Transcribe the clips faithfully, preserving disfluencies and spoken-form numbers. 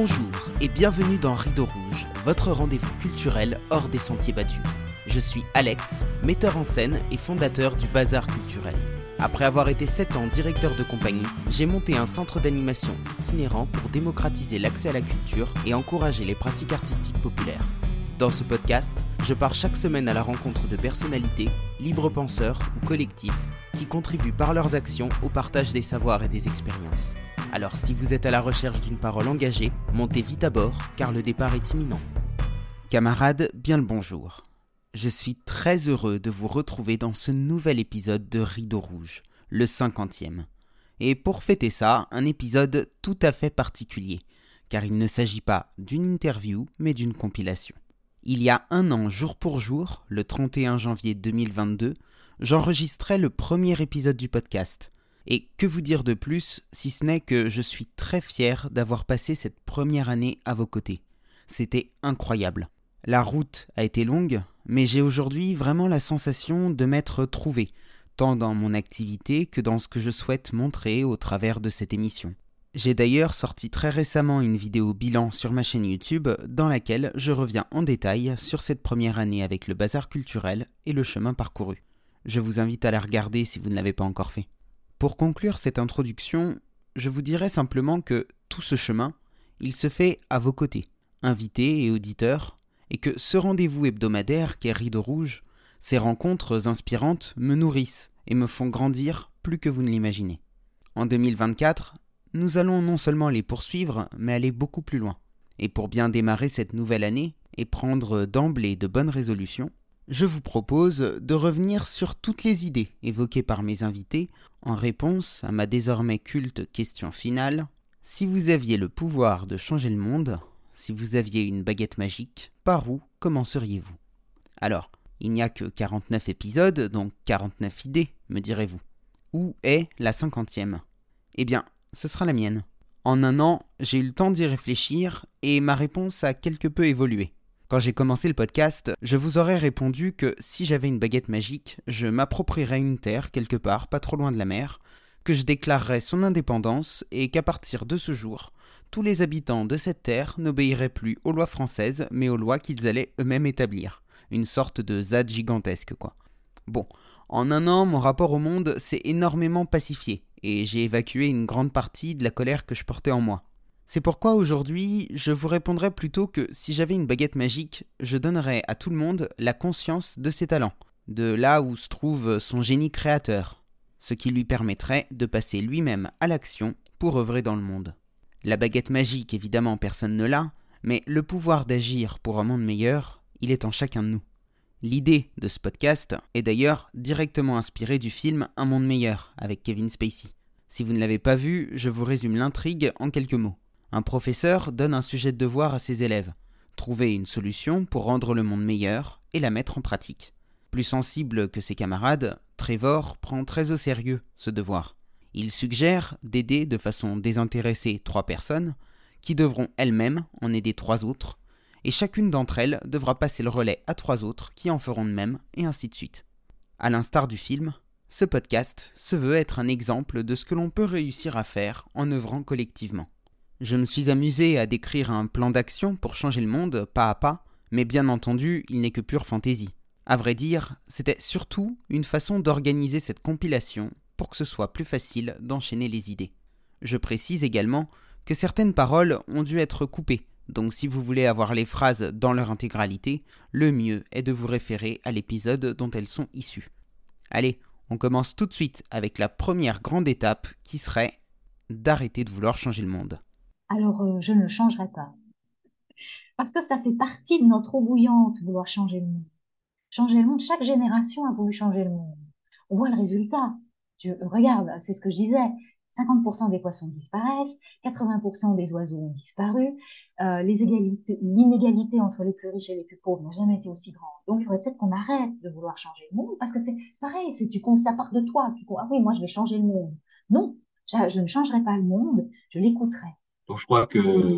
Bonjour et bienvenue dans Rideau Rouge, votre rendez-vous culturel hors des sentiers battus. Je suis Alex, metteur en scène et fondateur du Bazar Culturel. Après avoir été sept ans directeur de compagnie, j'ai monté un centre d'animation itinérant pour démocratiser l'accès à la culture et encourager les pratiques artistiques populaires. Dans ce podcast, je pars chaque semaine à la rencontre de personnalités, libres penseurs ou collectifs qui contribuent par leurs actions au partage des savoirs et des expériences. Alors si vous êtes à la recherche d'une parole engagée, montez vite à bord car le départ est imminent. Camarades, bien le bonjour. Je suis très heureux de vous retrouver dans ce nouvel épisode de Rideau Rouge, le cinquantième. Et pour fêter ça, un épisode tout à fait particulier, car il ne s'agit pas d'une interview, mais d'une compilation. Il y a un an, jour pour jour, le trente et un janvier deux mille vingt-deux, j'enregistrais le premier épisode du podcast. Et que vous dire de plus, si ce n'est que je suis très fier d'avoir passé cette première année à vos côtés. C'était incroyable. La route a été longue, mais j'ai aujourd'hui vraiment la sensation de m'être trouvé, tant dans mon activité que dans ce que je souhaite montrer au travers de cette émission. J'ai d'ailleurs sorti très récemment une vidéo bilan sur ma chaîne YouTube dans laquelle je reviens en détail sur cette première année avec le Bazar Culturel et le chemin parcouru. Je vous invite à la regarder si vous ne l'avez pas encore fait. Pour conclure cette introduction, je vous dirais simplement que tout ce chemin, il se fait à vos côtés, invités et auditeurs, et que ce rendez-vous hebdomadaire qu'est Rideau Rouge, ces rencontres inspirantes me nourrissent et me font grandir plus que vous ne l'imaginez. En deux mille vingt-quatre, nous allons non seulement les poursuivre, mais aller beaucoup plus loin. Et pour bien démarrer cette nouvelle année et prendre d'emblée de bonnes résolutions, je vous propose de revenir sur toutes les idées évoquées par mes invités en réponse à ma désormais culte question finale. Si vous aviez le pouvoir de changer le monde, si vous aviez une baguette magique, par où commenceriez-vous ? Alors, il n'y a que quarante-neuf épisodes, donc quarante-neuf idées, me direz-vous. Où est la cinquantième ? Eh bien, ce sera la mienne. En un an, j'ai eu le temps d'y réfléchir et ma réponse a quelque peu évolué. Quand j'ai commencé le podcast, je vous aurais répondu que si j'avais une baguette magique, je m'approprierais une terre quelque part, pas trop loin de la mer, que je déclarerais son indépendance et qu'à partir de ce jour, tous les habitants de cette terre n'obéiraient plus aux lois françaises, mais aux lois qu'ils allaient eux-mêmes établir. Une sorte de Z A D gigantesque, quoi. Bon, en un an, mon rapport au monde s'est énormément pacifié, et j'ai évacué une grande partie de la colère que je portais en moi. C'est pourquoi aujourd'hui, je vous répondrai plutôt que si j'avais une baguette magique, je donnerais à tout le monde la conscience de ses talents, de là où se trouve son génie créateur, ce qui lui permettrait de passer lui-même à l'action pour œuvrer dans le monde. La baguette magique, évidemment, personne ne l'a, mais le pouvoir d'agir pour un monde meilleur, il est en chacun de nous. L'idée de ce podcast est d'ailleurs directement inspirée du film Un monde meilleur avec Kevin Spacey. Si vous ne l'avez pas vu, je vous résume l'intrigue en quelques mots. Un professeur donne un sujet de devoir à ses élèves, trouver une solution pour rendre le monde meilleur et la mettre en pratique. Plus sensible que ses camarades, Trevor prend très au sérieux ce devoir. Il suggère d'aider de façon désintéressée trois personnes qui devront elles-mêmes en aider trois autres, et chacune d'entre elles devra passer le relais à trois autres qui en feront de même, et ainsi de suite. À l'instar du film, ce podcast se veut être un exemple de ce que l'on peut réussir à faire en œuvrant collectivement. Je me suis amusé à décrire un plan d'action pour changer le monde, pas à pas, mais bien entendu, il n'est que pure fantaisie. À vrai dire, c'était surtout une façon d'organiser cette compilation pour que ce soit plus facile d'enchaîner les idées. Je précise également que certaines paroles ont dû être coupées, donc si vous voulez avoir les phrases dans leur intégralité, le mieux est de vous référer à l'épisode dont elles sont issues. Allez, on commence tout de suite avec la première grande étape qui serait d'arrêter de vouloir changer le monde. Alors, euh, je ne le changerai pas. Parce que ça fait partie de notre eau bouillante, vouloir changer le monde. Changer le monde, chaque génération a voulu changer le monde. On voit le résultat. Je, regarde, c'est ce que je disais. cinquante pour cent des poissons disparaissent, quatre-vingts pour cent des oiseaux ont disparu, euh, les égalités, l'inégalité entre les plus riches et les plus pauvres n'a jamais été aussi grande. Donc, il faudrait peut-être qu'on arrête de vouloir changer le monde, parce que c'est pareil, c'est, tu, ça part de toi. Tu, ah oui, moi, je vais changer le monde. Non, je, je ne changerai pas le monde, je l'écouterai. Donc, je crois que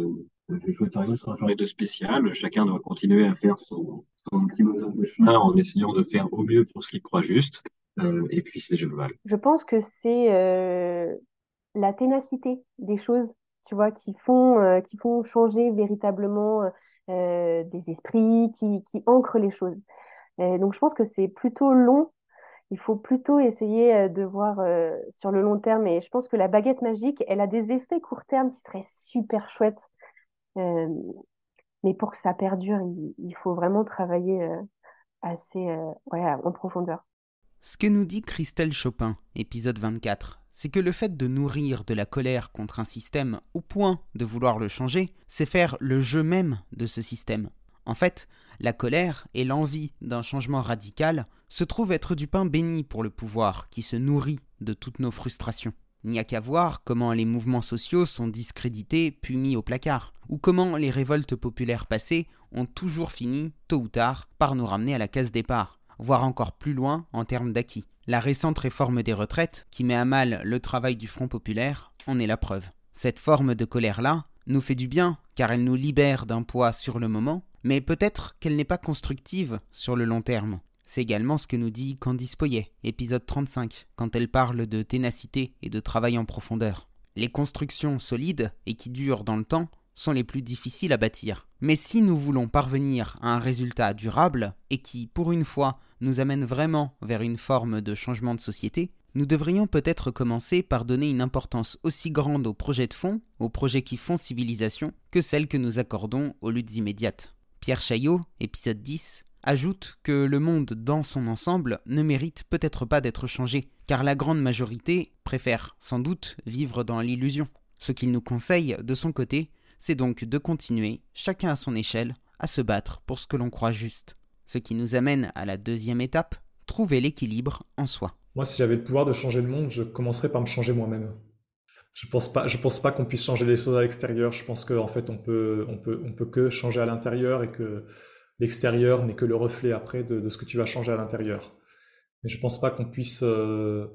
je souhaiterais sur un journée de spécial. Chacun doit continuer à faire son, son petit bonhomme de chemin en essayant de faire au mieux pour ce qu'il croit juste. Euh, et puis, c'est déjà pas mal. Je pense que c'est euh, la ténacité des choses. Tu tu vois, qui font, euh, qui font changer véritablement euh, des esprits, qui, qui ancrent les choses. Et donc, je pense que c'est plutôt long. Il faut plutôt essayer euh, de voir euh, sur le long terme. Et je pense que la baguette magique, elle a des effets court terme qui seraient super chouettes. Euh, mais pour que ça perdure, il, il faut vraiment travailler euh, assez euh, ouais, en profondeur. Ce que nous dit Christelle Chopin, épisode vingt-quatre, c'est que le fait de nourrir de la colère contre un système au point de vouloir le changer, c'est faire le jeu même de ce système. En fait, la colère et l'envie d'un changement radical se trouvent être du pain béni pour le pouvoir qui se nourrit de toutes nos frustrations. Il n'y a qu'à voir comment les mouvements sociaux sont discrédités puis mis au placard, ou comment les révoltes populaires passées ont toujours fini, tôt ou tard, par nous ramener à la case départ, voire encore plus loin en termes d'acquis. La récente réforme des retraites, qui met à mal le travail du Front populaire, en est la preuve. Cette forme de colère-là nous fait du bien, car elle nous libère d'un poids sur le moment, mais peut-être qu'elle n'est pas constructive sur le long terme. C'est également ce que nous dit Candice Poyet, épisode trente-cinq, quand elle parle de ténacité et de travail en profondeur. Les constructions solides et qui durent dans le temps sont les plus difficiles à bâtir. Mais si nous voulons parvenir à un résultat durable et qui, pour une fois, nous amène vraiment vers une forme de changement de société, nous devrions peut-être commencer par donner une importance aussi grande aux projets de fond, aux projets qui font civilisation, que celle que nous accordons aux luttes immédiates. Pierre Chaillot, épisode dix, ajoute que le monde dans son ensemble ne mérite peut-être pas d'être changé, car la grande majorité préfère sans doute vivre dans l'illusion. Ce qu'il nous conseille, de son côté, c'est donc de continuer, chacun à son échelle, à se battre pour ce que l'on croit juste. Ce qui nous amène à la deuxième étape, trouver l'équilibre en soi. Moi, si j'avais le pouvoir de changer le monde, je commencerais par me changer moi-même. Je pense pas, je pense pas qu'on puisse changer les choses à l'extérieur. Je pense qu'en fait, on peut, on peut, on peut que changer à l'intérieur et que l'extérieur n'est que le reflet après de, de ce que tu vas changer à l'intérieur. Mais je pense pas qu'on puisse, euh,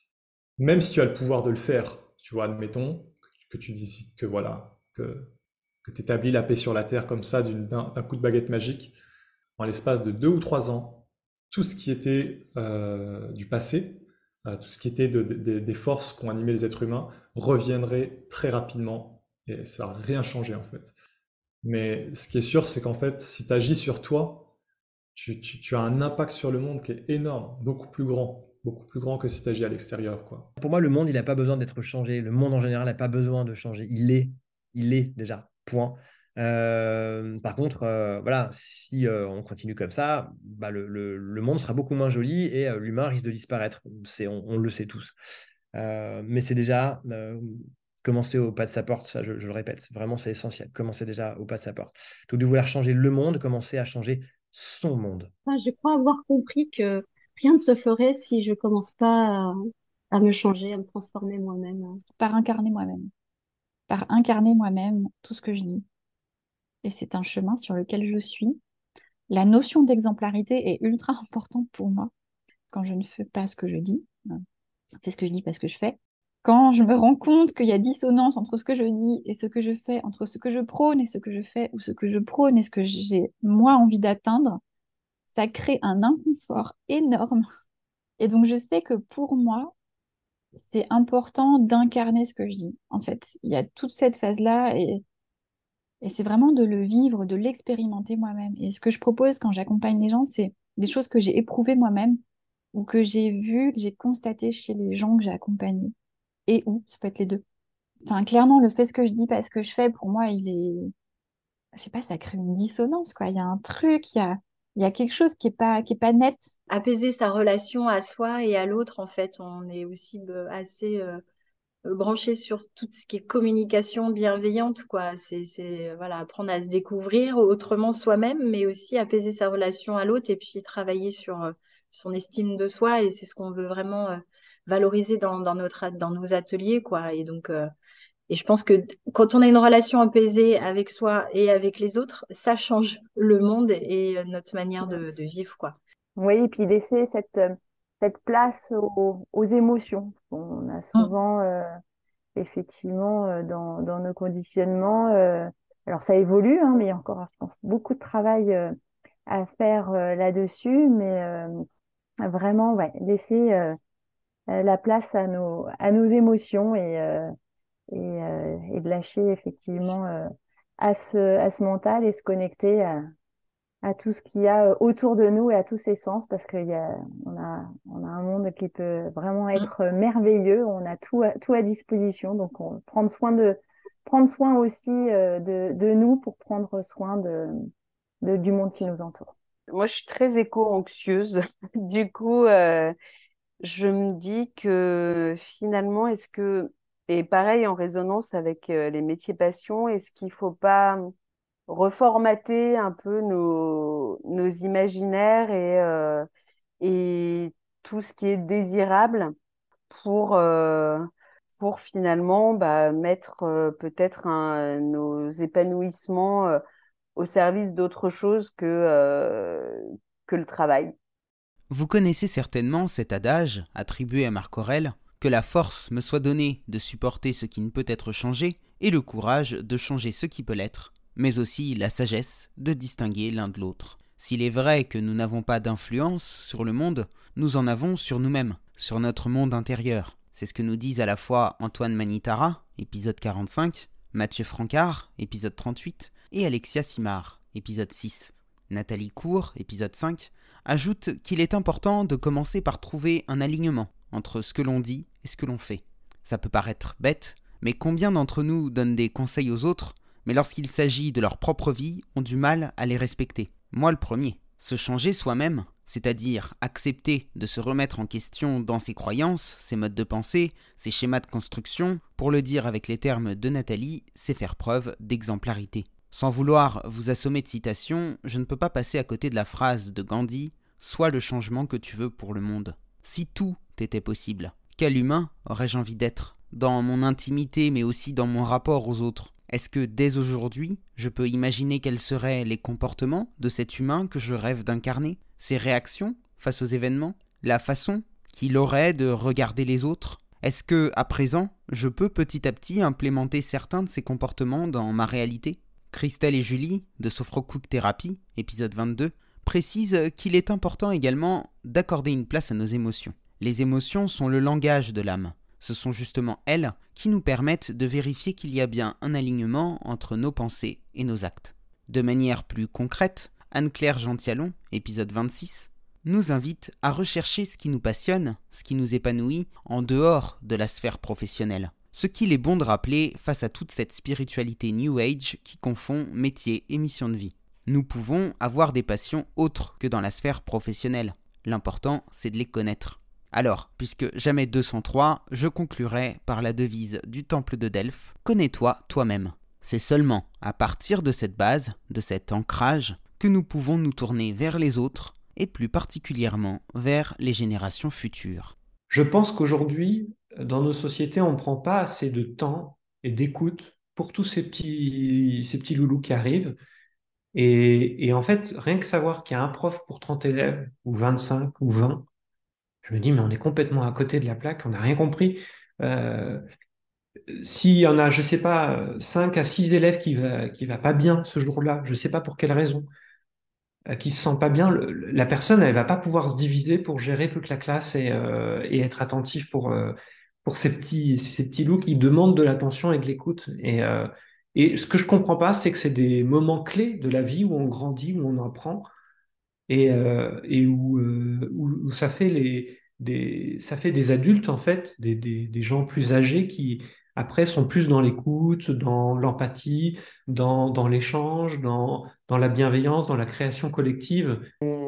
même si tu as le pouvoir de le faire, tu vois, admettons que, que tu décides que voilà, que, que tu établis la paix sur la terre comme ça d'une- d'un d'un coup de baguette magique, en l'espace de deux ou trois ans, tout ce qui était euh, du passé, euh, tout ce qui était de- de- de- des forces qui ont animé les êtres humains, reviendrait très rapidement et ça n'a rien changé en fait. Mais ce qui est sûr, c'est qu'en fait, si tu agis sur toi, tu, tu- tu as un impact sur le monde qui est énorme, beaucoup plus grand, beaucoup plus grand que si tu agis à l'extérieur, quoi. Pour moi, le monde, il n'a pas besoin d'être changé. Le monde en général n'a pas besoin de changer. Il est, il est déjà. Point. Euh, par contre, euh, voilà, si euh, on continue comme ça, bah, le, le- le monde sera beaucoup moins joli et euh, l'humain risque de disparaître. C'est, on, on le sait tous. Euh, mais c'est déjà euh, commencer au pas de sa porte. Ça, je, je le répète, vraiment, c'est essentiel. Commencer déjà au pas de sa porte. Tout de vouloir changer le monde, commencer à changer son monde. Enfin, je crois avoir compris que rien ne se ferait si je commence pas à, à me changer, à me transformer moi-même. Par incarner moi-même, par incarner moi-même tout ce que je dis. Et c'est un chemin sur lequel je suis. La notion d'exemplarité est ultra importante pour moi quand je ne fais pas ce que je dis. Je fais ce que je dis parce que je fais. Quand je me rends compte qu'il y a dissonance entre ce que je dis et ce que je fais, entre ce que je prône et ce que je fais, ou ce que je prône et ce que j'ai moi envie d'atteindre, ça crée un inconfort énorme. Et donc je sais que pour moi, c'est important d'incarner ce que je dis. En fait, il y a toute cette phase-là et, et c'est vraiment de le vivre, de l'expérimenter moi-même. Et ce que je propose quand j'accompagne les gens, c'est des choses que j'ai éprouvées moi-même ou que j'ai vues, que j'ai constatées chez les gens que j'ai accompagnés. Et où, ça peut être les deux. Enfin, clairement, le fait ce que je dis parce que je fais, pour moi, il est, je sais pas, ça crée une dissonance, quoi. Il y a un truc, il y a, il y a quelque chose qui est pas, qui est pas net. Apaiser sa relation à soi et à l'autre, en fait, on est aussi euh, assez euh, branché sur tout ce qui est communication bienveillante, quoi. C'est, c'est, euh, voilà, apprendre à se découvrir autrement soi-même, mais aussi apaiser sa relation à l'autre et puis travailler sur euh, son estime de soi. Et c'est ce qu'on veut vraiment euh, valoriser dans, dans notre, at- dans nos ateliers, quoi. Et donc, euh, et je pense que quand on a une relation apaisée avec soi et avec les autres, ça change le monde et euh, notre manière de, de vivre, quoi. Oui, et puis laisser cette, euh, cette place aux, aux émotions. On a Mm. souvent, euh, effectivement, euh, dans, dans nos conditionnements, euh, alors ça évolue, hein, mais il y a encore, je pense, beaucoup de travail euh, à faire euh, là-dessus, mais euh, vraiment, ouais, laisser euh, euh, la place à nos, à nos émotions et, euh, et, euh, et de lâcher effectivement euh, à ce, à ce mental et se connecter à, à tout ce qu'il y a autour de nous et à tous ses sens, parce qu'on a, on a un monde qui peut vraiment Mm. être merveilleux, on a tout à, tout à disposition, donc on, prendre soin de, prendre soin aussi euh, de, de nous pour prendre soin de, de, du monde qui nous entoure. Moi, je suis très éco-anxieuse. Du coup, euh, je me dis que finalement, est-ce que, et pareil en résonance avec euh, les métiers passion, est-ce qu'il faut pas reformater un peu nos, nos imaginaires et, euh, et tout ce qui est désirable pour, euh, pour finalement bah, mettre euh, peut-être un- nos épanouissements euh, au service d'autre chose que, euh, que le travail. Vous connaissez certainement cet adage, attribué à Marc Aurèle, que la force me soit donnée de supporter ce qui ne peut être changé, et le courage de changer ce qui peut l'être, mais aussi la sagesse de distinguer l'un de l'autre. S'il est vrai que nous n'avons pas d'influence sur le monde, nous en avons sur nous-mêmes, sur notre monde intérieur. C'est ce que nous disent à la fois Antoine Manitara, épisode quarante-cinq, Mathieu Francard, épisode trente-huit, et Alexia Simard, épisode six. Nathalie Cour, épisode cinq, ajoute qu'il est important de commencer par trouver un alignement entre ce que l'on dit et ce que l'on fait. Ça peut paraître bête, mais combien d'entre nous donnent des conseils aux autres, mais lorsqu'il s'agit de leur propre vie, ont du mal à les respecter. Moi le premier. Se changer soi-même, c'est-à-dire accepter de se remettre en question dans ses croyances, ses modes de pensée, ses schémas de construction, pour le dire avec les termes de Nathalie, c'est faire preuve d'exemplarité. Sans vouloir vous assommer de citations, je ne peux pas passer à côté de la phrase de Gandhi « Sois le changement que tu veux pour le monde ». Si tout était possible, quel humain aurais-je envie d'être ? Dans mon intimité, mais aussi dans mon rapport aux autres. Est-ce que dès aujourd'hui, je peux imaginer quels seraient les comportements de cet humain que je rêve d'incarner ? Ses réactions face aux événements ? La façon qu'il aurait de regarder les autres ? Est-ce que, à présent, je peux petit à petit implémenter certains de ces comportements dans ma réalité ? Christelle et Julie, de Sophrocook Therapy, épisode vingt-deux, précisent qu'il est important également d'accorder une place à nos émotions. Les émotions sont le langage de l'âme. Ce sont justement elles qui nous permettent de vérifier qu'il y a bien un alignement entre nos pensées et nos actes. De manière plus concrète, Anne-Claire Gentialon, épisode vingt-six, nous invite à rechercher ce qui nous passionne, ce qui nous épanouit en dehors de la sphère professionnelle. Ce qu'il est bon de rappeler face à toute cette spiritualité New Age qui confond métier et mission de vie. Nous pouvons avoir des passions autres que dans la sphère professionnelle. L'important, c'est de les connaître. Alors, puisque jamais deux cent trois, je conclurai par la devise du temple de Delphes, « Connais-toi toi-même ». C'est seulement à partir de cette base, de cet ancrage, que nous pouvons nous tourner vers les autres, et plus particulièrement vers les générations futures. Je pense qu'aujourd'hui, dans nos sociétés, on ne prend pas assez de temps et d'écoute pour tous ces petits, ces petits loulous qui arrivent. Et, et en fait, rien que savoir qu'il y a un prof pour trente élèves, ou vingt-cinq, ou vingt, je me dis, mais on est complètement à côté de la plaque, on n'a rien compris. Euh, S'il y en a, je ne sais pas, cinq à six élèves qui ne va, qui va pas bien ce jour-là, je ne sais pas pour quelle raison, euh, qui ne se sent pas bien, le- le- la personne, elle ne va pas pouvoir se diviser pour gérer toute la classe et, euh, et être attentif pour, euh, pour ces petits, ces petits loups qui demandent de l'attention et de l'écoute. Et, euh, et ce que je ne comprends pas, c'est que c'est des moments clés de la vie où on grandit, où on apprend et, euh, et où, euh, où, où ça fait les, des, ça fait des adultes, en fait, des, des, des gens plus âgés qui, après, sont plus dans l'écoute, dans l'empathie, dans, dans l'échange, dans, dans la bienveillance, dans la création collective.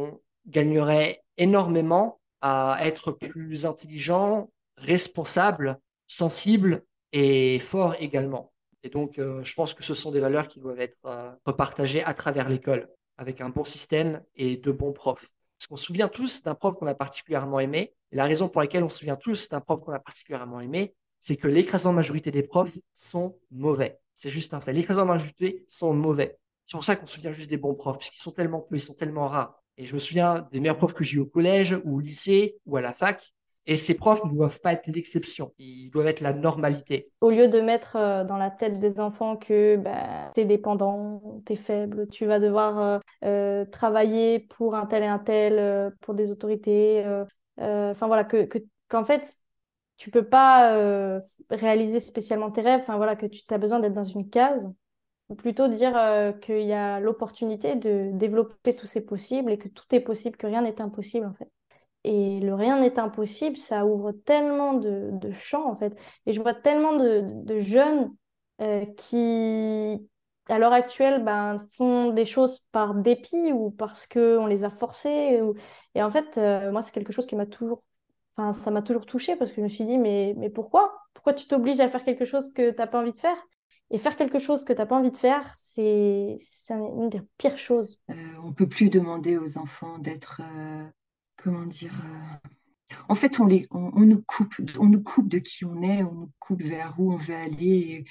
Gagnerait énormément à être plus intelligent, responsable, sensible et fort également. Et donc, euh, je pense que ce sont des valeurs qui doivent être euh, repartagées à travers l'école, avec un bon système et de bons profs. Parce qu'on se souvient tous d'un prof qu'on a particulièrement aimé. Et la raison pour laquelle on se souvient tous d'un prof qu'on a particulièrement aimé, c'est que l'écrasante majorité des profs sont mauvais. C'est juste un fait. L'écrasante majorité sont mauvais. C'est pour ça qu'on se souvient juste des bons profs, puisqu'ils sont tellement peu, ils sont tellement rares. Et je me souviens des meilleurs profs que j'ai eu au collège, ou au lycée, ou à la fac. Et ces profs ne doivent pas être l'exception, ils doivent être la normalité. Au lieu de mettre euh, dans la tête des enfants que bah, t'es dépendant, t'es faible, tu vas devoir euh, euh, travailler pour un tel et un tel, euh, pour des autorités, euh, euh, enfin voilà, que, que, qu'en fait, tu peux pas euh, réaliser spécialement tes rêves, enfin voilà, que tu as besoin d'être dans une case, ou plutôt dire euh, qu'il y a l'opportunité de développer tous ces possibles et que tout est possible, que rien n'est impossible en fait. Et le rien n'est impossible, ça ouvre tellement de, de champs en fait. Et je vois tellement de, de jeunes euh, qui, à l'heure actuelle, ben, font des choses par dépit ou parce qu'on les a forcés. ou- Et en fait, euh, moi, c'est quelque chose qui m'a toujours, enfin, ça m'a toujours touchée parce que je me suis dit, mais, mais pourquoi? Pourquoi tu t'obliges à faire quelque chose que tu n'as pas envie de faire? Et faire quelque chose que tu n'as pas envie de faire, c'est c'est une des pires choses. Euh, on peut plus demander aux enfants d'être, euh, comment dire, euh, en fait, on, les, on, on nous coupe, on nous coupe de qui on est, on nous coupe vers où on veut aller.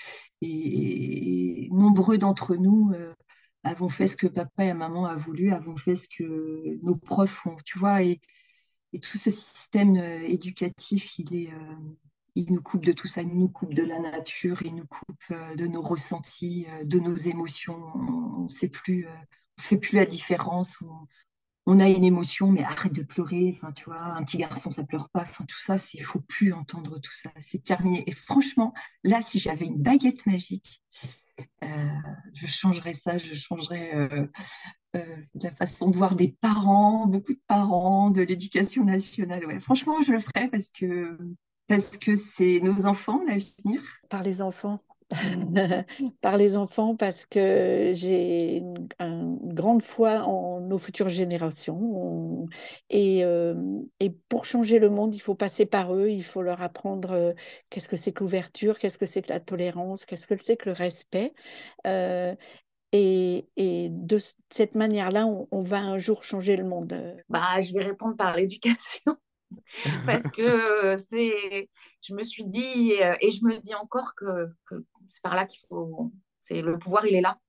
Et, et nombreux d'entre nous euh, avons fait ce que papa et maman a voulu, avons fait ce que nos profs font, tu vois. Et, et tout ce système euh, éducatif, il est, euh, il nous coupe de tout ça, il nous coupe de la nature, il nous coupe euh, de nos ressentis, euh, de nos émotions. On ne sait plus, euh, on fait plus la différence. On, on a une émotion, mais arrête de pleurer. Enfin, tu vois, un petit garçon, ça pleure pas. Enfin, tout ça, il faut plus entendre tout ça. C'est terminé. Et franchement, là, si j'avais une baguette magique, euh, je changerais ça. Je changerais euh, euh, la façon de voir des parents, beaucoup de parents, de l'éducation nationale. Ouais, franchement, je le ferais parce que parce que c'est nos enfants, l'avenir. Par les enfants. Par les enfants parce que j'ai une, une grande foi en nos futures générations. On- et, euh, et pour changer le monde, il faut passer par eux, il faut leur apprendre euh, qu'est-ce que c'est que l'ouverture, qu'est-ce que c'est que la tolérance, qu'est-ce que c'est que le respect. Euh, et, et de c- cette manière-là, on, on va un jour changer le monde. Bah, je vais répondre par l'éducation parce que euh, c'est, je me suis dit euh, et je me dis encore que, que c'est par là qu'il faut, c'est le pouvoir, il est là.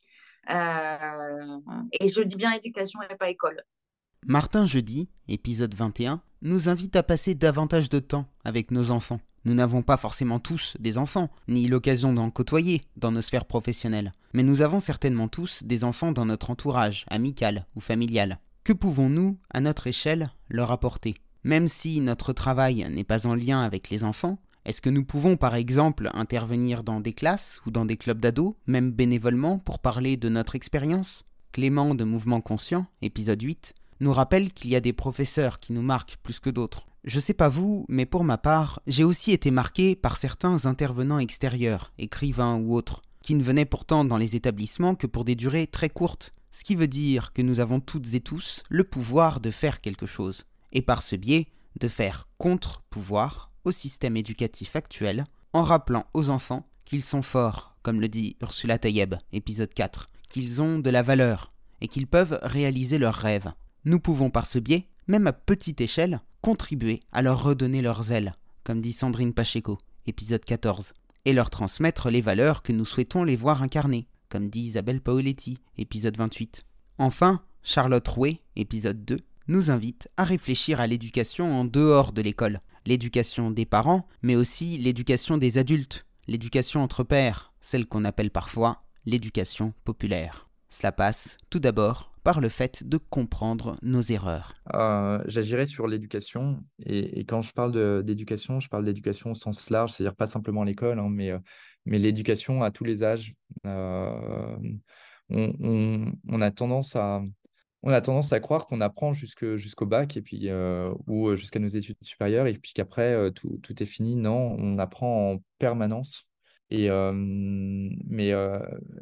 Euh, et je dis bien éducation et pas école. Martin Jeudi, épisode vingt et un, nous invite à passer davantage de temps avec nos enfants. Nous n'avons pas forcément tous des enfants, ni l'occasion d'en côtoyer dans nos sphères professionnelles, mais nous avons certainement tous des enfants dans notre entourage, amical ou familial. Que pouvons-nous, à notre échelle, leur apporter ? Même si notre travail n'est pas en lien avec les enfants, est-ce que nous pouvons par exemple intervenir dans des classes ou dans des clubs d'ados, même bénévolement, pour parler de notre expérience ? Clément de Mouvement Conscient, épisode huit, nous rappelle qu'il y a des professeurs qui nous marquent plus que d'autres. Je sais pas vous, mais pour ma part, j'ai aussi été marqué par certains intervenants extérieurs, écrivains ou autres, qui ne venaient pourtant dans les établissements que pour des durées très courtes, ce qui veut dire que nous avons toutes et tous le pouvoir de faire quelque chose, et par ce biais, de faire contre-pouvoir au système éducatif actuel, en rappelant aux enfants qu'ils sont forts, comme le dit Ursula Tayeb, épisode quatre, qu'ils ont de la valeur, et qu'ils peuvent réaliser leurs rêves. Nous pouvons par ce biais, même à petite échelle, contribuer à leur redonner leurs ailes, comme dit Sandrine Pacheco, épisode quatorze, et leur transmettre les valeurs que nous souhaitons les voir incarner, comme dit Isabelle Paoletti, épisode vingt-huit. Enfin, Charlotte Rouet, épisode deux, nous invite à réfléchir à l'éducation en dehors de l'école, l'éducation des parents, mais aussi l'éducation des adultes, l'éducation entre pairs, celle qu'on appelle parfois l'éducation populaire. Cela passe, tout d'abord, par le fait de comprendre nos erreurs. Euh, j'agirais sur l'éducation. Et, et quand je parle de- d'éducation, je parle d'éducation au sens large, c'est-à-dire pas simplement l'école, hein, mais, euh, mais l'éducation à tous les âges. Euh, on, on- on a tendance à, on a tendance à croire qu'on apprend jusque, jusqu'au bac et puis, euh, ou jusqu'à nos études supérieures et puis qu'après, euh, tout, tout est fini. Non, on apprend en permanence. Et, euh, mais, euh,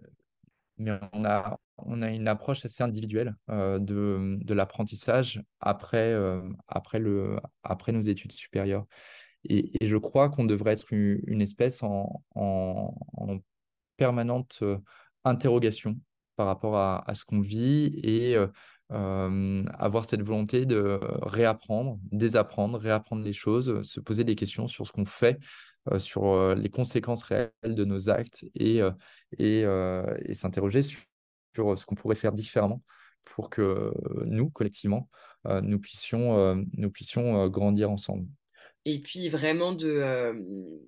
mais on a, on a une approche assez individuelle euh, de, de l'apprentissage après, euh, après, le, après nos études supérieures. Et, et je crois qu'on devrait être une, une espèce en, en, en permanente euh, interrogation par rapport à, à ce qu'on vit et euh, euh, avoir cette volonté de réapprendre, désapprendre, réapprendre les choses, se poser des questions sur ce qu'on fait, euh, sur euh, les conséquences réelles de nos actes et, euh, et, euh, et s'interroger sur, sur ce qu'on pourrait faire différemment pour que euh, nous, collectivement, euh, nous puissions, euh, nous puissions euh, grandir ensemble. Et puis vraiment de, euh,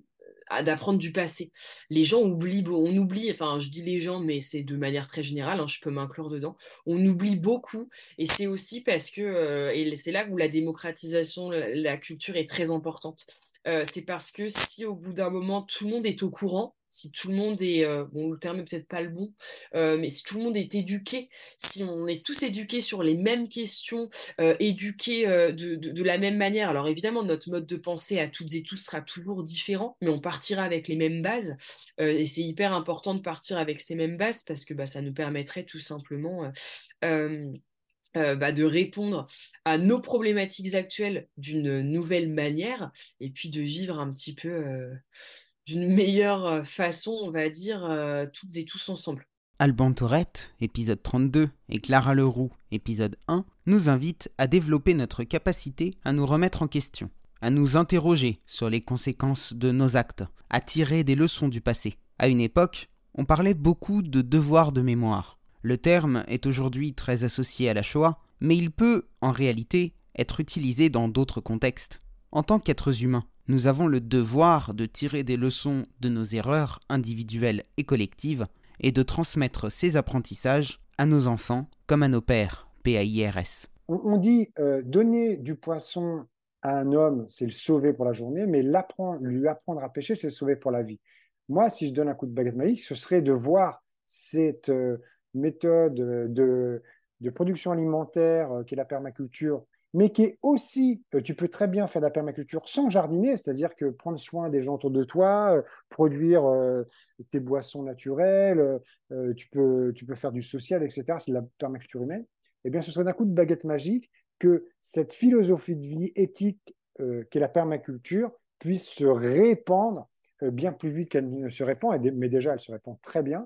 d'apprendre du passé. Les gens oublient, on oublie, enfin je dis les gens, mais c'est de manière très générale, hein, je peux m'inclure dedans, on oublie beaucoup, et c'est aussi parce que, euh, et c'est là où la démocratisation, la, la culture est très importante. Euh, c'est parce que si au bout d'un moment tout le monde est au courant, si tout le monde est, euh, bon le terme est peut-être pas le bon, euh, mais si tout le monde est éduqué, si on est tous éduqués sur les mêmes questions, euh, éduqués euh, de, de, de la même manière, alors évidemment notre mode de pensée à toutes et tous sera toujours différent, mais on partira avec les mêmes bases, euh, et c'est hyper important de partir avec ces mêmes bases parce que bah, ça nous permettrait tout simplement euh, euh, euh, bah, de répondre à nos problématiques actuelles d'une nouvelle manière et puis de vivre un petit peu euh, d'une meilleure façon, on va dire, euh, toutes et tous ensemble. Alban Tourette, épisode trente-deux, et Clara Leroux, épisode un, nous invitent à développer notre capacité à nous remettre en question, à nous interroger sur les conséquences de nos actes, à tirer des leçons du passé. À une époque, on parlait beaucoup de devoir de mémoire. Le terme est aujourd'hui très associé à la Shoah, mais il peut, en réalité, être utilisé dans d'autres contextes. En tant qu'êtres humains, nous avons le devoir de tirer des leçons de nos erreurs individuelles et collectives et de transmettre ces apprentissages à nos enfants comme à nos pères, P A I R S. On, on dit euh, donner du poisson à un homme, c'est le sauver pour la journée, mais l'apprendre, lui apprendre à pêcher, c'est le sauver pour la vie. Moi, si je donne un coup de baguette magique, ce serait de voir cette euh, méthode de, de production alimentaire euh, qui est la permaculture, mais qui est aussi, euh, tu peux très bien faire de la permaculture sans jardiner, c'est-à-dire que prendre soin des gens autour de toi, euh, produire euh, tes boissons naturelles, euh, tu peux, tu peux faire du social, et cetera. C'est de la permaculture humaine. Eh bien, ce serait d'un coup de baguette magique que cette philosophie de vie éthique euh, qu'est la permaculture puisse se répandre euh, bien plus vite qu'elle ne se répand, et, mais déjà, elle se répand très bien,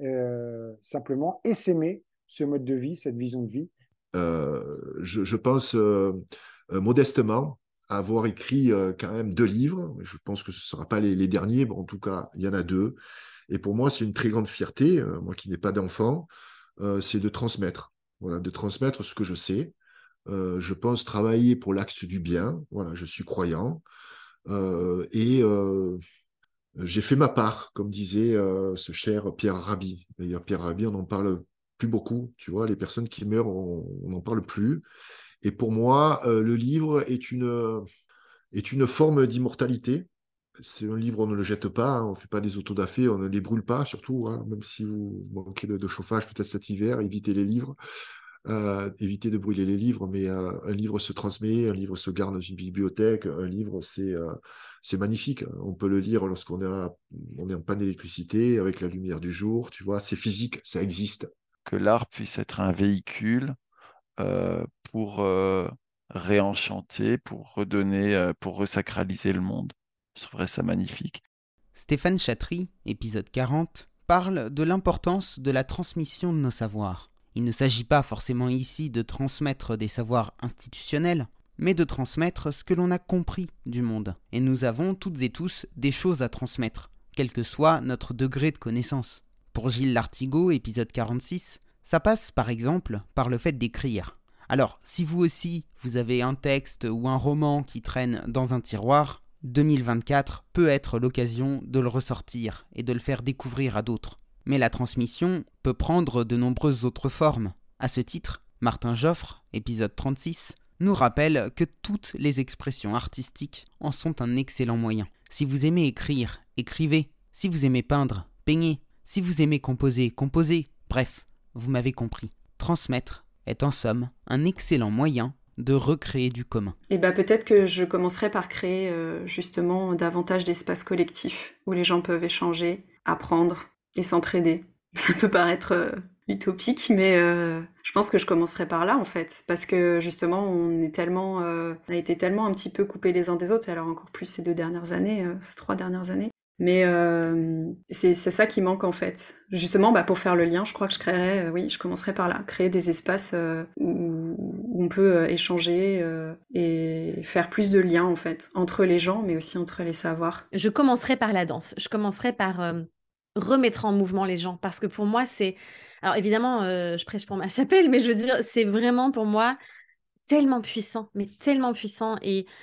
euh, simplement essaimer ce mode de vie, cette vision de vie. Euh, je, je pense euh, euh, modestement avoir écrit euh, quand même deux livres. Je pense que ce ne sera pas les, les derniers, mais en tout cas, il y en a deux. Et pour moi, c'est une très grande fierté, euh, moi qui n'ai pas d'enfant, euh, c'est de transmettre. Voilà, de transmettre ce que je sais. Euh, je pense travailler pour l'axe du bien. Voilà, je suis croyant. Euh, et euh, j'ai fait ma part, comme disait euh, ce cher Pierre Rabhi. D'ailleurs, Pierre Rabhi, on n'en parle plus beaucoup. Tu vois, les personnes qui meurent, on n'en parle plus. Et pour moi, euh, le livre est une, est une forme d'immortalité. C'est un livre, on ne le jette pas, hein, on ne fait pas des autodafés, on ne les brûle pas, surtout, hein, même si vous manquez de, de chauffage peut-être cet hiver, évitez les livres. Euh, éviter de brûler les livres, mais euh, un livre se transmet, un livre se garde dans une bibliothèque, un livre c'est euh, c'est magnifique. On peut le lire lorsqu'on est, à, on est en panne d'électricité, avec la lumière du jour, tu vois, c'est physique, ça existe. Que l'art puisse être un véhicule euh, pour euh, réenchanter, pour redonner, euh, pour resacraliser le monde. Je trouverais ça magnifique. Stéphane Chatry, épisode quarante, parle de l'importance de la transmission de nos savoirs. Il ne s'agit pas forcément ici de transmettre des savoirs institutionnels, mais de transmettre ce que l'on a compris du monde. Et nous avons toutes et tous des choses à transmettre, quel que soit notre degré de connaissance. Pour Gilles Lartigot, épisode quarante-six, ça passe par exemple par le fait d'écrire. Alors, si vous aussi, vous avez un texte ou un roman qui traîne dans un tiroir, deux mille vingt-quatre peut être l'occasion de le ressortir et de le faire découvrir à d'autres. Mais la transmission peut prendre de nombreuses autres formes. À ce titre, Martin Joffre, épisode trente-six, nous rappelle que toutes les expressions artistiques en sont un excellent moyen. Si vous aimez écrire, écrivez. Si vous aimez peindre, peignez. Si vous aimez composer, composez. Bref, vous m'avez compris. Transmettre est en somme un excellent moyen de recréer du commun. Et bah peut-être que je commencerai par créer euh, justement davantage d'espaces collectifs où les gens peuvent échanger, apprendre et s'entraider. Ça peut paraître euh, utopique, mais euh, je pense que je commencerai par là en fait, parce que justement on est tellement, euh, on a été tellement un petit peu coupés les uns des autres, et alors encore plus ces deux dernières années, euh, ces trois dernières années. Mais euh, c'est, c'est ça qui manque en fait. Justement, bah, pour faire le lien, je crois que je créerais, euh, oui, je commencerai par là, créer des espaces euh, où, où on peut euh, échanger euh, et faire plus de liens en fait entre les gens, mais aussi entre les savoirs. Je commencerai par la danse. Je commencerai par euh, remettre en mouvement les gens, parce que pour moi c'est, alors évidemment, euh, je prêche pour ma chapelle, mais je veux dire, c'est vraiment pour moi tellement puissant, mais tellement puissant et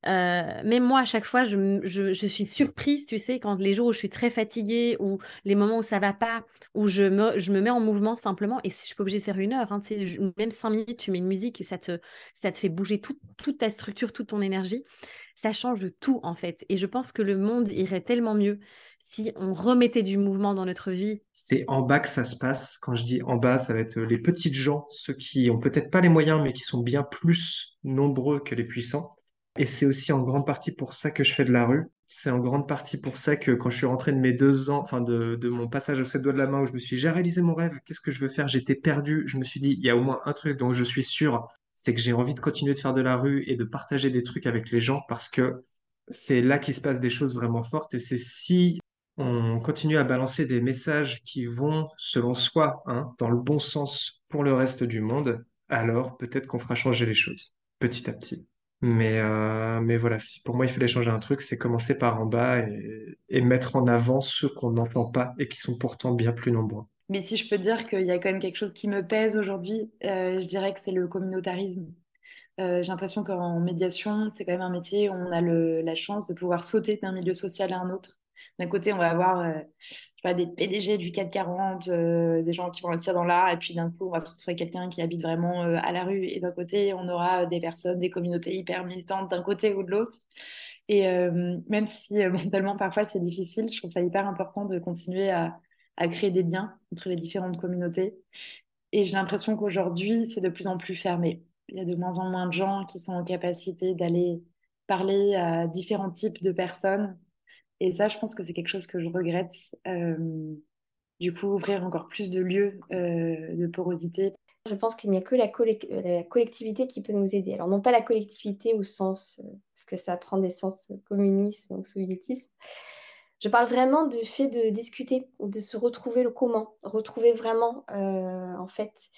Euh, même moi, à chaque fois, je, m- je- je suis surprise, tu sais, quand les jours où je suis très fatiguée ou les moments où ça va pas, où je me, je me mets en mouvement simplement. Et si je suis pas obligée de faire une heure, hein, tu sais, je- même cinq minutes, tu mets une musique et ça te, ça te fait bouger tout- toute ta structure, toute ton énergie. Ça change tout, en fait. Et je pense que le monde irait tellement mieux si on remettait du mouvement dans notre vie. C'est en bas que ça se passe. Quand je dis en bas, ça va être les petites gens, ceux qui ont peut-être pas les moyens, mais qui sont bien plus nombreux que les puissants. Et c'est aussi en grande partie pour ça que je fais de la rue. C'est en grande partie pour ça que quand je suis rentré de mes deux ans, enfin de, de mon passage aux sept doigts de la main, où je me suis dit, j'ai réalisé mon rêve, qu'est-ce que je veux faire? J'étais perdu. Je me suis dit, il y a au moins un truc dont je suis sûr, c'est que j'ai envie de continuer de faire de la rue et de partager des trucs avec les gens parce que c'est là qu'il se passe des choses vraiment fortes. Et c'est si on continue à balancer des messages qui vont, selon soi, hein, dans le bon sens pour le reste du monde, alors peut-être qu'on fera changer les choses petit à petit. Mais, euh, mais voilà, si pour moi il fallait changer un truc, c'est commencer par en bas et, et mettre en avant ceux qu'on n'entend pas et qui sont pourtant bien plus nombreux. Mais si je peux dire qu'il y a quand même quelque chose qui me pèse aujourd'hui, euh, je dirais que c'est le communautarisme. Euh, j'ai l'impression qu'en médiation, c'est quand même un métier où on a le- la chance de pouvoir sauter d'un milieu social à un autre. D'un côté, on va avoir euh, je sais pas, des P D G du CAC quarante, euh, des gens qui vont investir dans l'art, et puis d'un coup, on va se retrouver quelqu'un qui habite vraiment euh, à la rue. Et d'un côté, on aura euh, des personnes, des communautés hyper militantes d'un côté ou de l'autre. Et euh, même si euh, mentalement, parfois, c'est difficile, je trouve ça hyper important de continuer à, à créer des liens entre les différentes communautés. Et j'ai l'impression qu'aujourd'hui, c'est de plus en plus fermé. Il y a de moins en moins de gens qui sont en capacité d'aller parler à différents types de personnes. Et ça, je pense que c'est quelque chose que je regrette. Euh, du coup, ouvrir encore plus de lieux euh, de porosité. Je pense qu'il n'y a que la, collec- la collectivité qui peut nous aider. Alors, non pas la collectivité au sens, euh, parce que ça prend des sens euh, communisme ou soviétisme. Je parle vraiment du fait de discuter, de se retrouver le comment, retrouver vraiment, euh, en fait,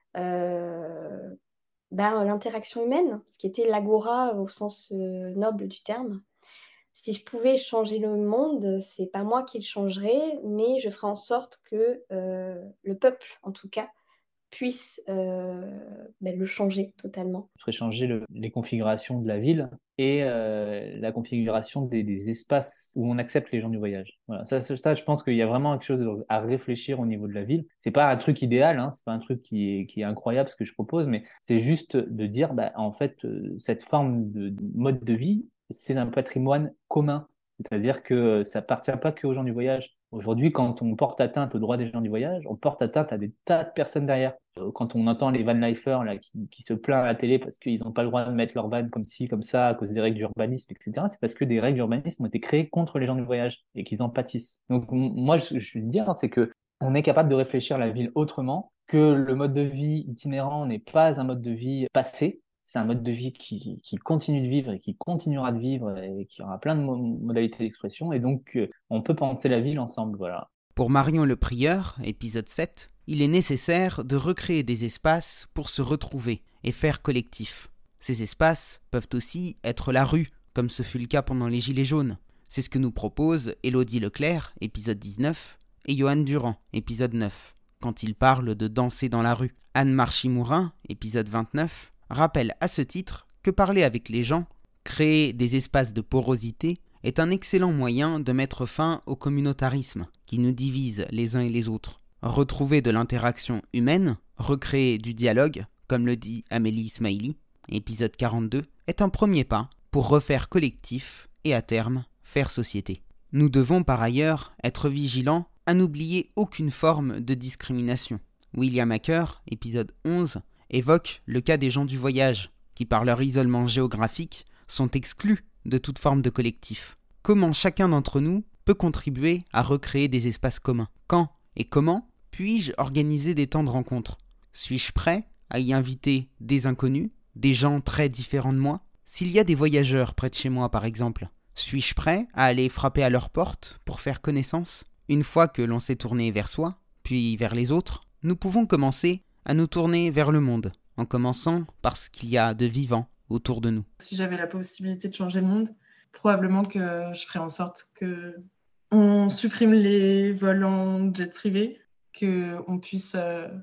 euh, ben, l'interaction humaine, ce qui était l'agora au sens euh, noble du terme. Si je pouvais changer le monde, c'est pas moi qui le changerais, mais je ferai en sorte que euh, le peuple, en tout cas, puisse euh, ben, le changer totalement. Je ferais changer le- les configurations de la ville et euh, la configuration des, des espaces où on accepte les gens du voyage. Voilà, ça, ça, ça, je pense qu'il y a vraiment quelque chose à réfléchir au niveau de la ville. C'est pas un truc idéal, hein, c'est pas un truc qui est, qui est incroyable ce que je propose, mais c'est juste de dire, bah, en fait, euh, cette forme de, de mode de vie, c'est un patrimoine commun. C'est-à-dire que ça appartient pas que aux gens du voyage. Aujourd'hui, quand on porte atteinte aux droits des gens du voyage, on porte atteinte à des tas de personnes derrière. Euh, Quand on entend les van-lifers là, qui, qui se plaignent à la télé parce qu'ils n'ont pas le droit de mettre leur van comme ci, comme ça, à cause des règles d'urbanisme, et cetera, c'est parce que des règles d'urbanisme ont été créées contre les gens du voyage et qu'ils en pâtissent. Donc, m- moi, je, je veux dire, hein, c'est que on est capable de réfléchir la ville autrement, que le mode de vie itinérant n'est pas un mode de vie passé, c'est un mode de vie qui, qui continue de vivre et qui continuera de vivre et qui aura plein de mo- modalités d'expression. Et donc, euh, on peut penser la ville ensemble, voilà. Pour Marion le Prieur, épisode sept, il est nécessaire de recréer des espaces pour se retrouver et faire collectif. Ces espaces peuvent aussi être la rue, comme ce fut le cas pendant les Gilets jaunes. C'est ce que nous proposent Élodie Leclerc, épisode dix-neuf, et Johan Durand, épisode neuf, quand ils parlent de danser dans la rue. Anne Marchimourin, épisode vingt-neuf, rappelle à ce titre que parler avec les gens, créer des espaces de porosité, est un excellent moyen de mettre fin au communautarisme qui nous divise les uns et les autres. Retrouver de l'interaction humaine, recréer du dialogue, comme le dit Amélie Ismaili, épisode quarante-deux, est un premier pas pour refaire collectif et à terme faire société. Nous devons par ailleurs être vigilants à n'oublier aucune forme de discrimination. William Hacker, épisode onze, évoque le cas des gens du voyage, qui par leur isolement géographique sont exclus de toute forme de collectif. Comment chacun d'entre nous peut contribuer à recréer des espaces communs? Quand et comment puis-je organiser des temps de rencontre? Suis-je prêt à y inviter des inconnus, des gens très différents de moi? S'il y a des voyageurs près de chez moi par exemple, suis-je prêt à aller frapper à leur porte pour faire connaissance? Une fois que l'on s'est tourné vers soi, puis vers les autres, nous pouvons commencer à nous tourner vers le monde, en commençant par ce qu'il y a de vivant autour de nous. Si j'avais la possibilité de changer le monde, probablement que je ferais en sorte que on supprime les vols en jet privé, qu'on puisse euh,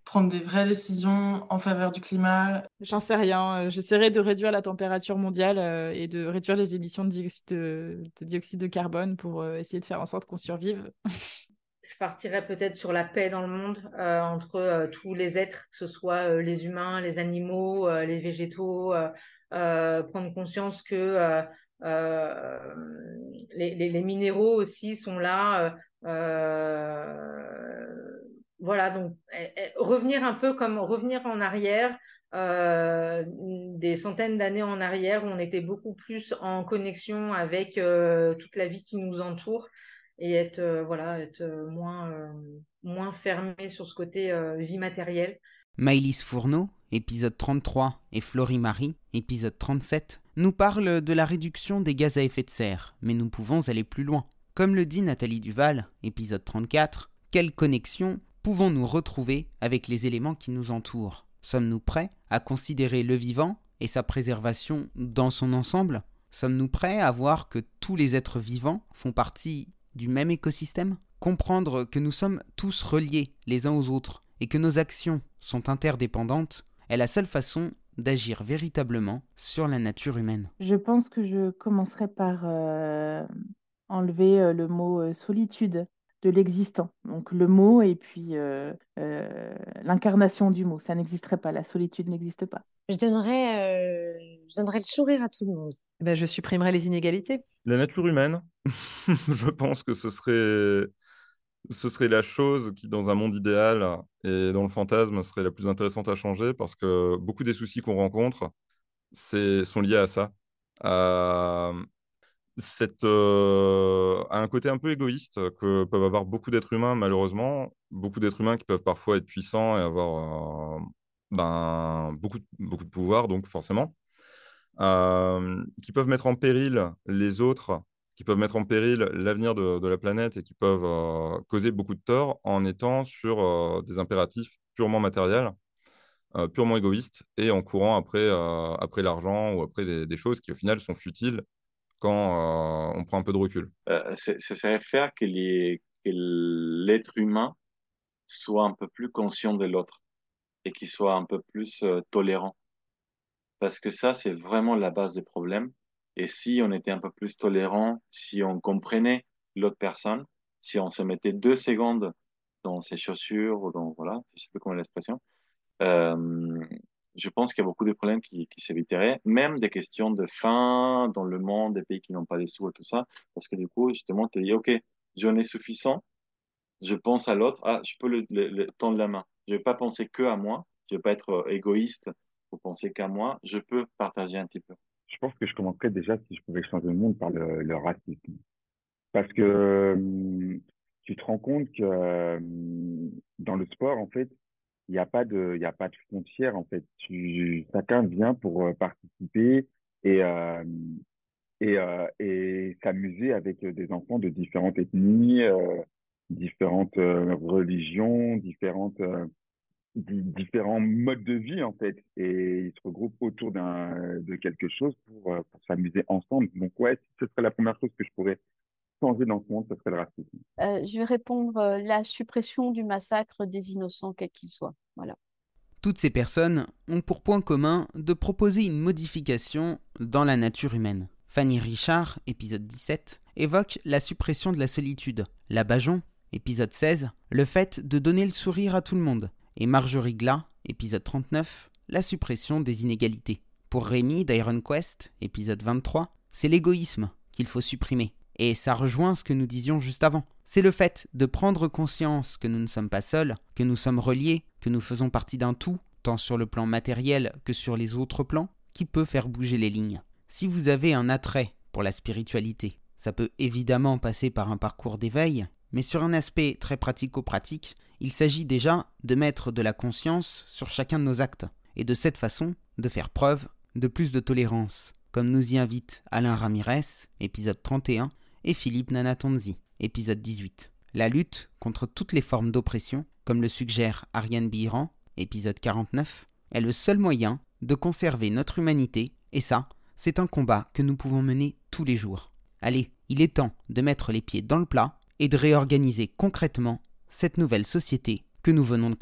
prendre des vraies décisions en faveur du climat. J'en sais rien. Euh, J'essaierai de réduire la température mondiale euh, et de réduire les émissions de dioxyde de, de dioxyde de carbone pour euh, essayer de faire en sorte qu'on survive. Je partirais peut-être sur la paix dans le monde euh, entre euh, tous les êtres, que ce soit euh, les humains, les animaux, euh, les végétaux, euh, euh, prendre conscience que euh, euh, les, les- les minéraux aussi sont là. euh, euh, voilà, donc eh, eh, revenir un peu comme revenir en arrière, euh, des centaines d'années en arrière, où on était beaucoup plus en connexion avec euh, toute la vie qui nous entoure et être, euh, voilà, être euh, moins, euh, moins fermé sur ce côté euh, vie matérielle. Maëlys Fourneau, épisode trente-trois, et Florie Marie, épisode trente-sept, nous parlent de la réduction des gaz à effet de serre, mais nous pouvons aller plus loin. Comme le dit Nathalie Duval, épisode trente-quatre, quelle connexion pouvons-nous retrouver avec les éléments qui nous entourent ? Sommes-nous prêts à considérer le vivant et sa préservation dans son ensemble ? Sommes-nous prêts à voir que tous les êtres vivants font partie du même écosystème ? Comprendre que nous sommes tous reliés les uns aux autres et que nos actions sont interdépendantes est la seule façon d'agir véritablement sur la nature humaine. Je pense que je commencerai par euh, enlever euh, le mot euh, solitude de l'existant. Donc le mot et puis euh, euh, l'incarnation du mot. Ça n'existerait pas, la solitude n'existe pas. Je donnerais, euh, je donnerais le sourire à tout le monde. Ben, je supprimerai les inégalités. La nature humaine, je pense que ce serait, ce serait la chose qui, dans un monde idéal et dans le fantasme, serait la plus intéressante à changer parce que beaucoup des soucis qu'on rencontre c'est, sont liés à ça. À, cette, euh, à un côté un peu égoïste que peuvent avoir beaucoup d'êtres humains, malheureusement. Beaucoup d'êtres humains qui peuvent parfois être puissants et avoir euh, ben, beaucoup, de- beaucoup de pouvoir, donc forcément. Euh, qui peuvent mettre en péril les autres, qui peuvent mettre en péril l'avenir de, de la planète et qui peuvent euh, causer beaucoup de tort en étant sur euh, des impératifs purement matériels, euh, purement égoïstes et en courant après, euh, après l'argent ou après des, des choses qui au final sont futiles quand euh, on prend un peu de recul. Euh, c'est- ce serait faire que les- que l'être humain soit un peu plus conscient de l'autre et qu'il soit un peu plus euh, tolérant. Parce que ça, c'est vraiment la base des problèmes. Et si on était un peu plus tolérant, si on comprenait l'autre personne, si on se mettait deux secondes dans ses chaussures ou dans, voilà, je sais plus comment est l'expression, euh, je pense qu'il y a beaucoup de problèmes qui, qui s'éviteraient, même des questions de faim dans le monde, des pays qui n'ont pas les sous et tout ça, parce que du coup, justement, tu dis, OK, j'en ai suffisant, je pense à l'autre, ah, je peux le, le- le tendre la main. Je vais pas penser que à moi, je vais pas être euh, égoïste pour penser qu'à moi, je peux partager un petit peu. Je pense que je commencerais déjà, si je pouvais changer le monde, par le, le racisme. Parce que hum, tu te rends compte que hum, dans le sport, en fait, il n'y a pas de, il y a pas de frontières, en fait. Tu, chacun vient pour euh, participer et, euh, et, euh, et s'amuser avec euh, des enfants de différentes ethnies, euh, différentes euh, religions, différentes, euh, di- différents modes de vie, en fait. Et ils se regroupent autour d'un, de quelque chose pour, euh, pour s'amuser ensemble. Donc, ouais, ce serait la première chose que je pourrais changer dans ce monde, ce serait le racisme. Euh, je vais répondre euh, la suppression du massacre des innocents, quels qu'ils soient. Voilà. Toutes ces personnes ont pour point commun de proposer une modification dans la nature humaine. Fanny Richard, épisode dix-sept, évoque la suppression de la solitude. La Bajon, épisode seize, le fait de donner le sourire à tout le monde. Et Marjorie Glas, épisode trente-neuf, la suppression des inégalités. Pour Rémi d'Iron Quest, épisode vingt-trois, c'est l'égoïsme qu'il faut supprimer. Et ça rejoint ce que nous disions juste avant. C'est le fait de prendre conscience que nous ne sommes pas seuls, que nous sommes reliés, que nous faisons partie d'un tout, tant sur le plan matériel que sur les autres plans, qui peut faire bouger les lignes. Si vous avez un attrait pour la spiritualité, ça peut évidemment passer par un parcours d'éveil, mais sur un aspect très pratico-pratique, il s'agit déjà de mettre de la conscience sur chacun de nos actes, et de cette façon, de faire preuve de plus de tolérance, comme nous y invite Alain Ramirez, épisode trente et un, et Philippe Nanatonzi, épisode dix-huit. La lutte contre toutes les formes d'oppression, comme le suggère Ariane Biran, épisode quarante-neuf, est le seul moyen de conserver notre humanité, et ça, c'est un combat que nous pouvons mener tous les jours. Allez, il est temps de mettre les pieds dans le plat et de réorganiser concrètement cette nouvelle société que nous venons de créer.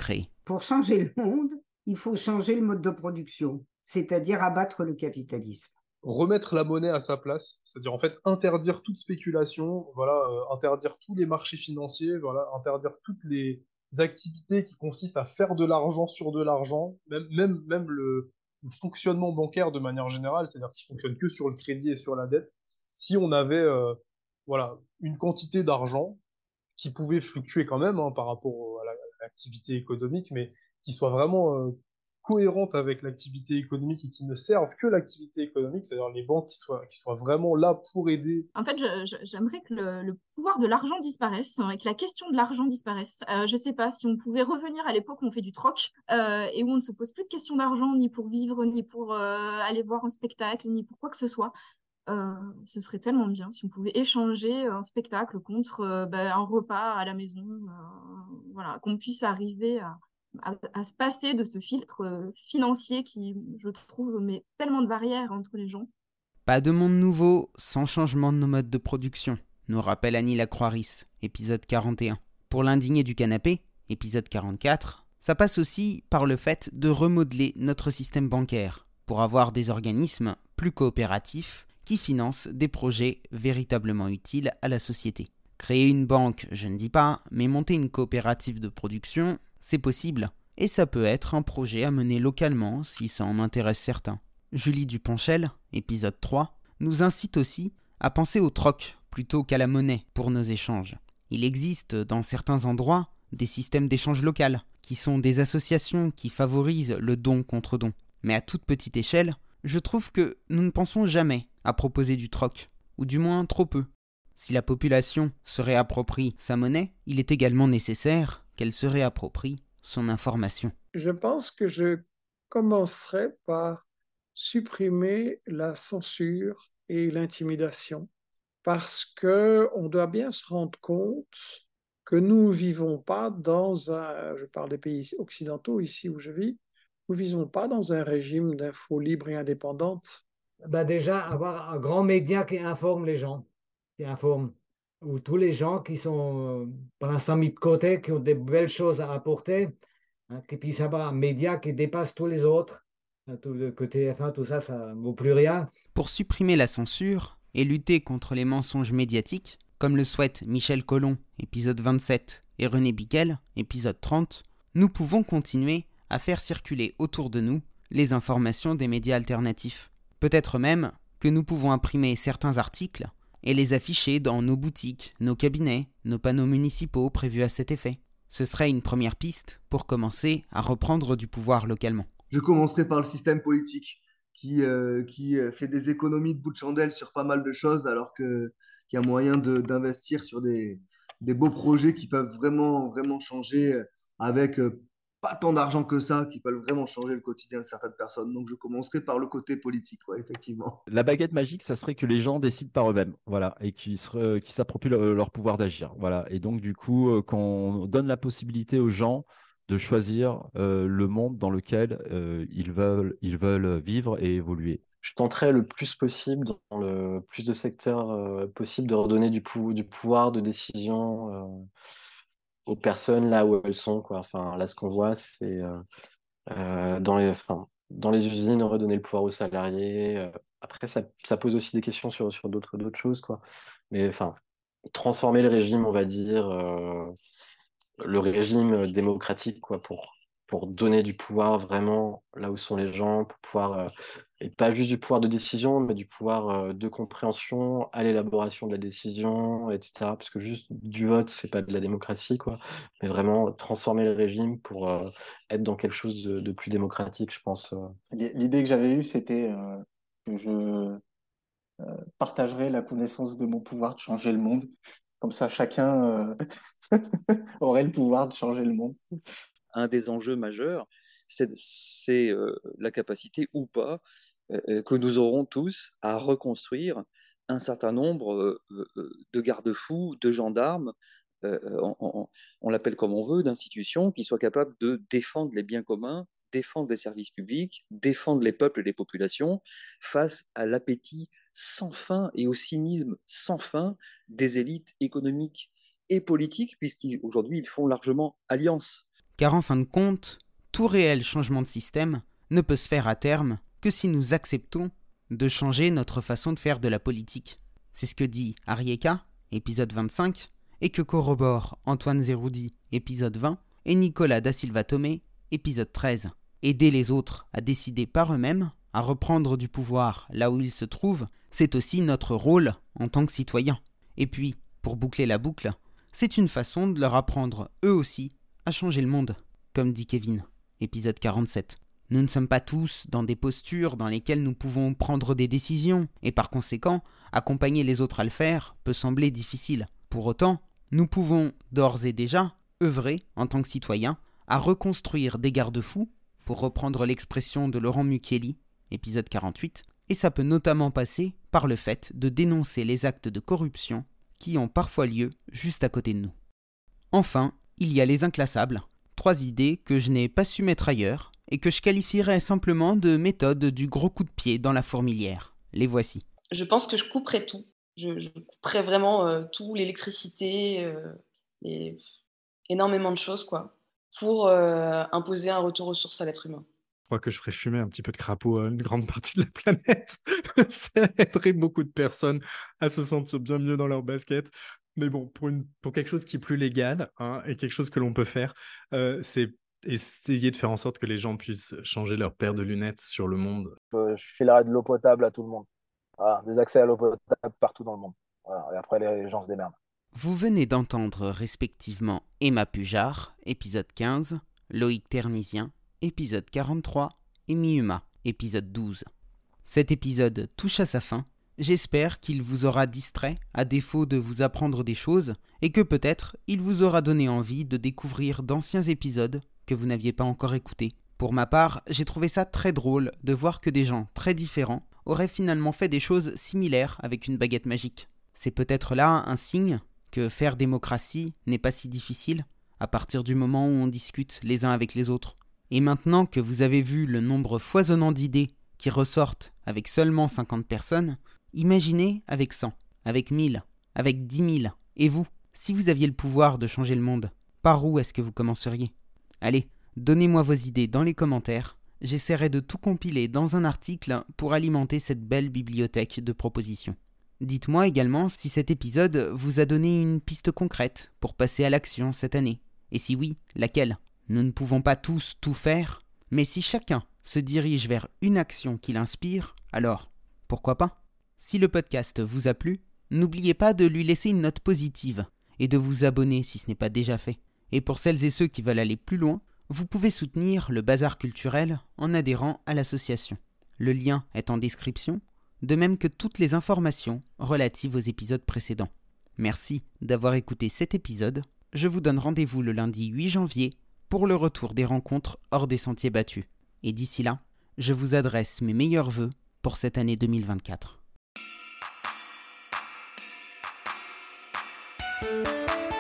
Pour changer le monde, il faut changer le mode de production, c'est-à-dire abattre le capitalisme. Remettre la monnaie à sa place, c'est-à-dire en fait interdire toute spéculation, voilà, euh, interdire tous les marchés financiers, voilà, interdire toutes les activités qui consistent à faire de l'argent sur de l'argent, même, même, même le, le fonctionnement bancaire de manière générale, c'est-à-dire qu'il fonctionne que sur le crédit et sur la dette. Si on avait euh, voilà, une quantité d'argent qui pouvait fluctuer quand même hein, par rapport à la- à l'activité économique, mais qui soit vraiment euh, cohérente avec l'activité économique et qui ne servent que l'activité économique, c'est-à-dire les banques qui soient, qui soient vraiment là pour aider. En fait, je- je- j'aimerais que le, le pouvoir de l'argent disparaisse hein, et que la question de l'argent disparaisse. Euh, je sais pas, si on pouvait revenir à l'époque où on fait du troc euh, et où on ne se pose plus de questions d'argent, ni pour vivre, ni pour euh, aller voir un spectacle, ni pour quoi que ce soit. Euh, ce serait tellement bien si on pouvait échanger un spectacle contre euh, ben, un repas à la maison, euh, voilà, qu'on puisse arriver à, à- à se passer de ce filtre euh, financier qui, je trouve, met tellement de barrières entre les gens. Pas de monde nouveau sans changement de nos modes de production, nous rappelle Annie Lacroix-Ris, épisode quarante et un. Pour l'indigné du canapé, épisode quarante-quatre, ça passe aussi par le fait de remodeler notre système bancaire pour avoir des organismes plus coopératifs qui financent des projets véritablement utiles à la société. Créer une banque, je ne dis pas, mais monter une coopérative de production, c'est possible. Et ça peut être un projet à mener localement si ça en intéresse certains. Julie Duponchel, épisode trois, nous incite aussi à penser au troc plutôt qu'à la monnaie pour nos échanges. Il existe dans certains endroits des systèmes d'échange local, qui sont des associations qui favorisent le don contre don. Mais à toute petite échelle, je trouve que nous ne pensons jamais à proposer du troc, ou du moins trop peu. Si la population se réapproprie sa monnaie, il est également nécessaire qu'elle se réapproprie son information. Je pense que je commencerai par supprimer la censure et l'intimidation parce que on doit bien se rendre compte que nous ne vivons pas dans un, je parle des pays occidentaux ici où je vis, nous ne vivons pas dans un régime d'info libre et indépendante. Bah déjà, avoir un grand média qui informe les gens, qui informe, ou tous les gens qui sont euh, pour l'instant mis de côté, qui ont des belles choses à apporter, hein, qui puissent avoir un média qui dépasse tous les autres, hein, tout le que T F un, tout ça, ça ne vaut plus rien. Pour supprimer la censure et lutter contre les mensonges médiatiques, comme le souhaitent Michel Collomb, épisode vingt-sept, et René Bickel, épisode trente, nous pouvons continuer à faire circuler autour de nous les informations des médias alternatifs. Peut-être même que nous pouvons imprimer certains articles et les afficher dans nos boutiques, nos cabinets, nos panneaux municipaux prévus à cet effet. Ce serait une première piste pour commencer à reprendre du pouvoir localement. Je commencerai par le système politique qui, euh, qui fait des économies de bout de chandelle sur pas mal de choses alors que, qu'il y a moyen de, d'investir sur des, des beaux projets qui peuvent vraiment, vraiment changer avec euh, pas tant d'argent que ça, qui peuvent vraiment changer le quotidien de certaines personnes. Donc je commencerai par le côté politique, ouais, effectivement. La baguette magique, ça serait que les gens décident par eux-mêmes, voilà, et qu'ils se- qu'ils s'approprient le- leur pouvoir d'agir, voilà. Et donc du coup, euh, qu'on donne la possibilité aux gens de choisir euh, le monde dans lequel euh, ils veulent, ils veulent vivre et évoluer. Je tenterai le plus possible, dans le plus de secteurs euh, possible, de redonner du, pou- du pouvoir de décision euh, aux personnes là où elles sont, quoi. Enfin, là, ce qu'on voit, c'est euh, euh, dans les, enfin, dans les usines, redonner le pouvoir aux salariés. euh. Après, ça, ça pose aussi des questions sur, sur d'autres, d'autres choses, quoi. Mais enfin, transformer le régime, on va dire, euh, le régime démocratique, quoi, pour, pour donner du pouvoir vraiment là où sont les gens, pour pouvoir, euh, et pas juste du pouvoir de décision, mais du pouvoir euh, de compréhension à l'élaboration de la décision, et cetera. Parce que juste du vote, c'est pas de la démocratie, quoi, mais vraiment transformer le régime pour euh, être dans quelque chose de, de plus démocratique, je pense. euh. L'idée que j'avais eue, c'était euh, que je euh, partagerais la connaissance de mon pouvoir de changer le monde. Comme ça, chacun euh, aurait le pouvoir de changer le monde. Un des enjeux majeurs, c'est c'est, euh, la capacité ou pas euh, que nous aurons tous à reconstruire un certain nombre euh, euh, de garde-fous, de gendarmes, euh, on, on- on l'appelle comme on veut, d'institutions qui soient capables de défendre les biens communs, défendre les services publics, défendre les peuples et les populations face à l'appétit sans fin et au cynisme sans fin des élites économiques et politiques, puisqu'aujourd'hui ils font largement alliance. Car en fin de compte, tout réel changement de système ne peut se faire à terme que si nous acceptons de changer notre façon de faire de la politique. C'est ce que dit Arieka, épisode vingt-cinq, et que corrobore Antoine Zeroudi, épisode vingt, et Nicolas da Silva Tomé, épisode treize. Aider les autres à décider par eux-mêmes, à reprendre du pouvoir là où ils se trouvent, c'est aussi notre rôle en tant que citoyens. Et puis, pour boucler la boucle, c'est une façon de leur apprendre eux aussi à changer le monde, comme dit Kevin, épisode quarante-sept. Nous ne sommes pas tous dans des postures dans lesquelles nous pouvons prendre des décisions, et par conséquent, accompagner les autres à le faire peut sembler difficile. Pour autant, nous pouvons d'ores et déjà œuvrer, en tant que citoyens, à reconstruire des garde-fous, pour reprendre l'expression de Laurent Mucchielli, épisode quarante-huit, et ça peut notamment passer par le fait de dénoncer les actes de corruption qui ont parfois lieu juste à côté de nous. Enfin, il y a les inclassables, trois idées que je n'ai pas su mettre ailleurs et que je qualifierais simplement de méthode du gros coup de pied dans la fourmilière. Les voici. Je pense que je couperais tout. Je, je couperais vraiment euh, tout, l'électricité, euh, et énormément de choses, quoi, pour euh, imposer un retour aux sources à l'être humain. Je crois que je ferais fumer un petit peu de crapaud à une grande partie de la planète. Ça aiderait beaucoup de personnes à se sentir bien mieux dans leur basket. Mais bon, pour, une, pour quelque chose qui est plus légal, hein, et quelque chose que l'on peut faire, euh, c'est essayer de faire en sorte que les gens puissent changer leur paire de lunettes sur le monde. Euh, je filerai de l'eau potable à tout le monde. Voilà, des accès à l'eau potable partout dans le monde. Voilà, et après, les gens se démerdent. Vous venez d'entendre respectivement Emma Pujard, épisode quinze, Loïc Ternisien, épisode quarante-trois, et Miuma, épisode douze. Cet épisode touche à sa fin. J'espère qu'il vous aura distrait, à défaut de vous apprendre des choses, et que peut-être il vous aura donné envie de découvrir d'anciens épisodes que vous n'aviez pas encore écoutés. Pour ma part, j'ai trouvé ça très drôle de voir que des gens très différents auraient finalement fait des choses similaires avec une baguette magique. C'est peut-être là un signe que faire démocratie n'est pas si difficile, à partir du moment où on discute les uns avec les autres. Et maintenant que vous avez vu le nombre foisonnant d'idées qui ressortent avec seulement cinquante personnes, imaginez avec cent, avec mille, avec dix mille. Et vous, si vous aviez le pouvoir de changer le monde, par où est-ce que vous commenceriez ? Allez, donnez-moi vos idées dans les commentaires. J'essaierai de tout compiler dans un article pour alimenter cette belle bibliothèque de propositions. Dites-moi également si cet épisode vous a donné une piste concrète pour passer à l'action cette année. Et si oui, laquelle ? Nous ne pouvons pas tous tout faire, mais si chacun se dirige vers une action qui l'inspire, alors pourquoi pas ? Si le podcast vous a plu, n'oubliez pas de lui laisser une note positive et de vous abonner si ce n'est pas déjà fait. Et pour celles et ceux qui veulent aller plus loin, vous pouvez soutenir le Bazar culturel en adhérant à l'association. Le lien est en description, de même que toutes les informations relatives aux épisodes précédents. Merci d'avoir écouté cet épisode. Je vous donne rendez-vous le lundi huit janvier pour le retour des rencontres hors des sentiers battus. Et d'ici là, je vous adresse mes meilleurs vœux pour cette année deux mille vingt-quatre.